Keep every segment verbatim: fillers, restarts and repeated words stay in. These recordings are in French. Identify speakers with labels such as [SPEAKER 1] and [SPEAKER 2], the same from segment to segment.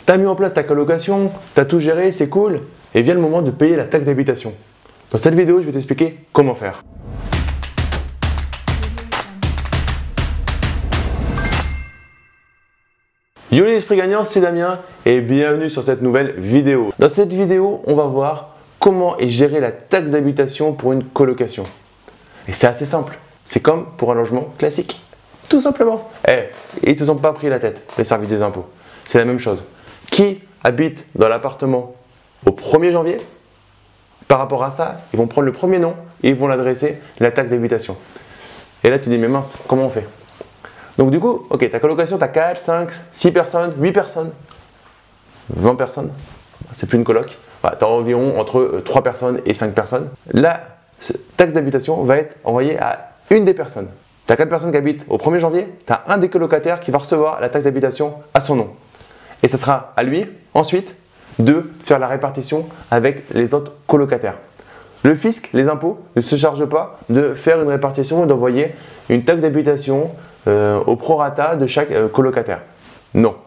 [SPEAKER 1] Tu as mis en place ta colocation, tu as tout géré, c'est cool, et vient le moment de payer la taxe d'habitation. Dans cette vidéo, je vais t'expliquer comment faire. Yo les esprits gagnants, c'est Damien et bienvenue sur cette nouvelle vidéo. Dans cette vidéo, on va voir comment est gérée la taxe d'habitation pour une colocation. Et c'est assez simple, c'est comme pour un logement classique, tout simplement. Eh, ils ne se sont pas pris la tête, les services des impôts. C'est la même chose. Qui habite dans l'appartement au premier janvier? Par rapport à ça, ils vont prendre le premier nom et ils vont l'adresser la taxe d'habitation. Et là, tu dis, mais mince, comment on fait? Donc du coup, ok, ta colocation, tu as quatre, cinq, six personnes, huit personnes, vingt personnes, c'est plus une coloc, voilà, tu as environ entre trois personnes et cinq personnes. La taxe d'habitation va être envoyée à une des personnes. Tu as quatre personnes qui habitent au premier janvier, tu as un des colocataires qui va recevoir la taxe d'habitation à son nom. Et ce sera à lui, ensuite, de faire la répartition avec les autres colocataires. Le fisc, les impôts, ne se chargent pas de faire une répartition et d'envoyer une taxe d'habitation euh, au prorata de chaque euh, colocataire. Non.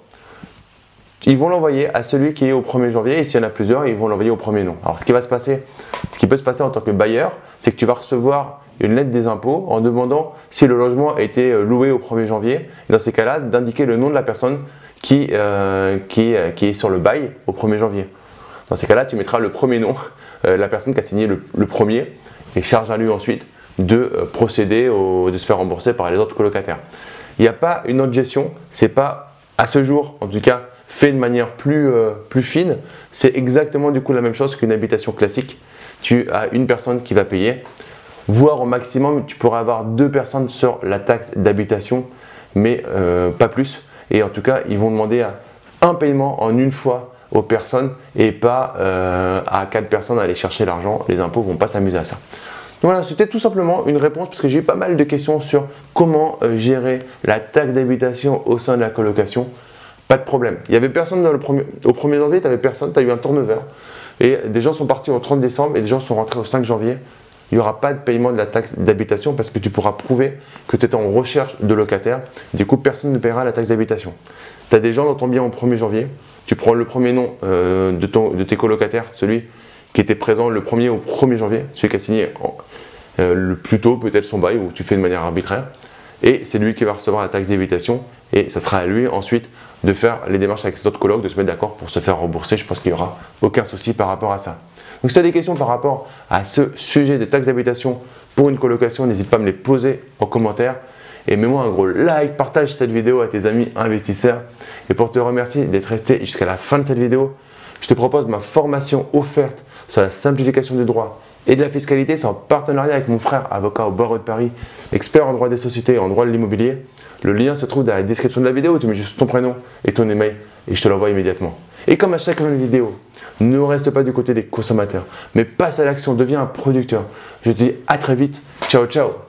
[SPEAKER 1] Ils vont l'envoyer à celui qui est au premier janvier et s'il y en a plusieurs, ils vont l'envoyer au premier nom. Alors ce qui va se passer, ce qui peut se passer en tant que bailleur, c'est que tu vas recevoir une lettre des impôts en demandant si le logement a été loué au premier janvier. Et dans ces cas-là, d'indiquer le nom de la personne qui, euh, qui, euh, qui est sur le bail au premier janvier. Dans ces cas-là, tu mettras le premier nom, euh, la personne qui a signé le, le premier, et charge à lui ensuite de euh, procéder, au, de se faire rembourser par les autres colocataires. Il n'y a pas une autre gestion, c'est pas à ce jour, en tout cas, fait de manière plus, euh, plus fine. C'est exactement du coup la même chose qu'une habitation classique. Tu as une personne qui va payer, voire au maximum, tu pourras avoir deux personnes sur la taxe d'habitation, mais euh, pas plus. Et en tout cas, ils vont demander un paiement en une fois aux personnes et pas euh, à quatre personnes à aller chercher l'argent. Les impôts ne vont pas s'amuser à ça. Donc voilà, c'était tout simplement une réponse parce que j'ai eu pas mal de questions sur comment euh, gérer la taxe d'habitation au sein de la colocation. Pas de problème. Il n'y avait personne dans le premier, au premier janvier, tu n'avais personne, tu as eu un turnover. Et des gens sont partis au trente décembre et des gens sont rentrés au cinq janvier. Il n'y aura pas de paiement de la taxe d'habitation parce que tu pourras prouver que tu étais en recherche de locataire. Du coup, personne ne paiera la taxe d'habitation. Tu as des gens dans ton bien au premier janvier. Tu prends le premier nom euh, de, ton, de tes colocataires, celui qui était présent le premier au premier janvier, celui qui a signé en, euh, le plus tôt peut-être son bail ou tu fais de manière arbitraire. Et c'est lui qui va recevoir la taxe d'habitation et ça sera à lui ensuite de faire les démarches avec ses autres colocs, de se mettre d'accord pour se faire rembourser. Je pense qu'il n'y aura aucun souci par rapport à ça. Donc si tu as des questions par rapport à ce sujet de taxe d'habitation pour une colocation, n'hésite pas à me les poser en commentaire. Et mets-moi un gros like, partage cette vidéo à tes amis investisseurs. Et pour te remercier d'être resté jusqu'à la fin de cette vidéo, je te propose ma formation offerte sur la simplification du droit et de la fiscalité. C'est en partenariat avec mon frère, avocat au barreau de Paris, expert en droit des sociétés et en droit de l'immobilier. Le lien se trouve dans la description de la vidéo. Tu mets juste ton prénom et ton email et je te l'envoie immédiatement. Et comme à chaque fin de vidéo, ne reste pas du côté des consommateurs, mais passe à l'action, deviens un producteur. Je te dis à très vite. Ciao, ciao.